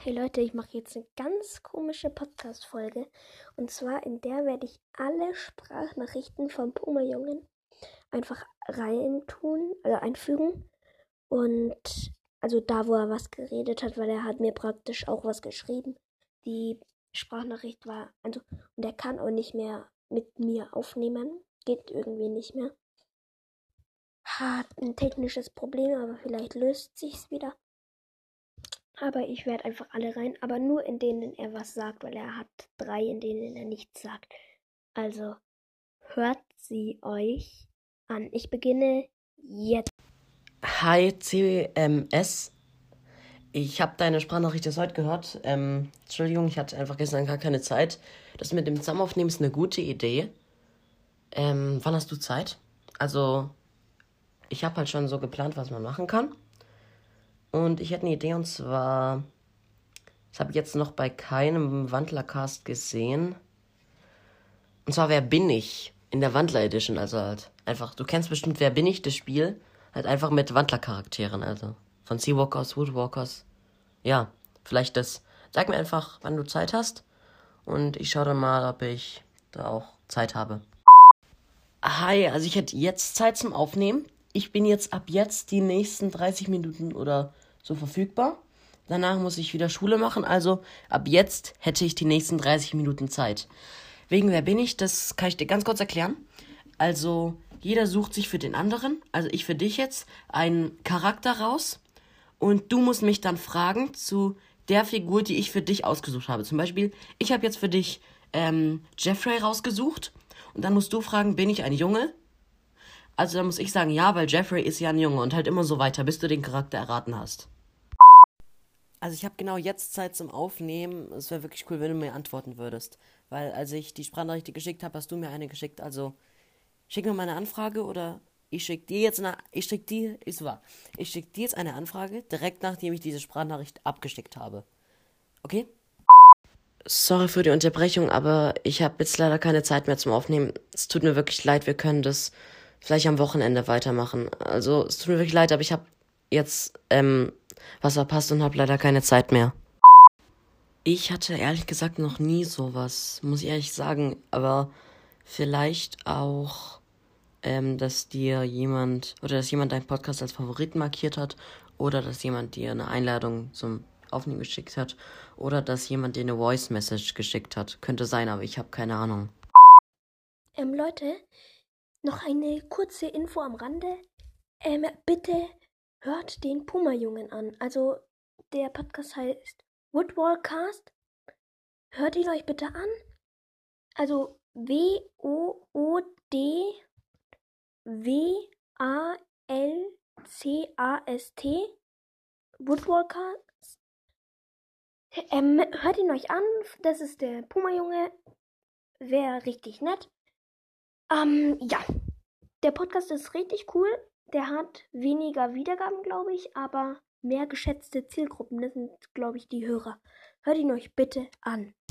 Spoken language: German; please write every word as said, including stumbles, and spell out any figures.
Hey Leute, ich mache jetzt eine ganz komische Podcast-Folge. Und zwar in der werde ich alle Sprachnachrichten vom Puma-Jungen einfach reintun, also einfügen. Und also da, wo er was geredet hat, weil er hat mir praktisch auch was geschrieben. Die Sprachnachricht war, also, und er kann auch nicht mehr mit mir aufnehmen. Geht irgendwie nicht mehr. Hat ein technisches Problem, aber vielleicht löst sich's wieder. Aber ich werde einfach alle rein, aber nur in denen er was sagt, weil er hat drei, in denen er nichts sagt. Also hört sie euch an. Ich beginne jetzt. Hi C M S, ich habe deine Sprachnachricht erst heute gehört. Ähm, Entschuldigung, ich hatte einfach gestern gar keine Zeit. Das mit dem Zusammenaufnehmen ist eine gute Idee. Ähm, wann hast du Zeit? Also, ich habe halt schon so geplant, was man machen kann. Und ich hätte eine Idee, und zwar, das habe ich jetzt noch bei keinem Wandlercast gesehen. Und zwar, wer bin ich? In der Wandler Edition, also halt einfach, du kennst bestimmt Wer bin ich, das Spiel. Halt einfach mit Wandlercharakteren, also. Von Seawalkers, Woodwalkers. Ja, vielleicht das. Sag mir einfach, wann du Zeit hast. Und ich schaue dann mal, ob ich da auch Zeit habe. Hi, also ich hätte jetzt Zeit zum Aufnehmen. Ich bin jetzt ab jetzt die nächsten dreißig Minuten oder so verfügbar. Danach muss ich wieder Schule machen, also ab jetzt hätte ich die nächsten dreißig Minuten Zeit. Wegen Wer bin ich, das kann ich dir ganz kurz erklären. Also jeder sucht sich für den anderen, also ich für dich jetzt, einen Charakter raus. Und du musst mich dann fragen zu der Figur, die ich für dich ausgesucht habe. Zum Beispiel, ich habe jetzt für dich ähm, Jeffrey rausgesucht. Und dann musst du fragen, bin ich ein Junge? Also dann muss ich sagen, ja, weil Jeffrey ist ja ein Junge. Und halt immer so weiter, bis du den Charakter erraten hast. Also ich habe genau jetzt Zeit zum Aufnehmen. Es wäre wirklich cool, wenn du mir antworten würdest. Weil als ich die Sprachnachricht geschickt habe, hast du mir eine geschickt. Also schick mir mal eine Anfrage oder ich schick dir jetzt eine, ich schick dir, ist wahr, ich schick dir jetzt eine Anfrage, direkt nachdem ich diese Sprachnachricht abgeschickt habe. Okay? Sorry für die Unterbrechung, aber ich habe jetzt leider keine Zeit mehr zum Aufnehmen. Es tut mir wirklich leid, wir können das vielleicht am Wochenende weitermachen. Also es tut mir wirklich leid, aber ich habe jetzt ähm, was verpasst und habe leider keine Zeit mehr. Ich hatte ehrlich gesagt noch nie sowas, muss ich ehrlich sagen, aber vielleicht auch ähm, dass dir jemand oder dass jemand deinen Podcast als Favoriten markiert hat oder dass jemand dir eine Einladung zum Aufnehmen geschickt hat oder dass jemand dir eine Voice Message geschickt hat. Könnte sein, aber ich habe keine Ahnung. Ähm, Leute, noch eine kurze Info am Rande. Ähm, bitte hört den Puma-Jungen an. Also der Podcast heißt Woodwalkcast. Hört ihn euch bitte an. Also W O O D W A L C A S T, Woodwalkers. Ähm, hört ihn euch an, das ist der Puma-Junge, wäre richtig nett. Ähm, ja, der Podcast ist richtig cool, der hat weniger Wiedergaben, glaube ich, aber mehr geschätzte Zielgruppen, das sind, glaube ich, die Hörer. Hört ihn euch bitte an.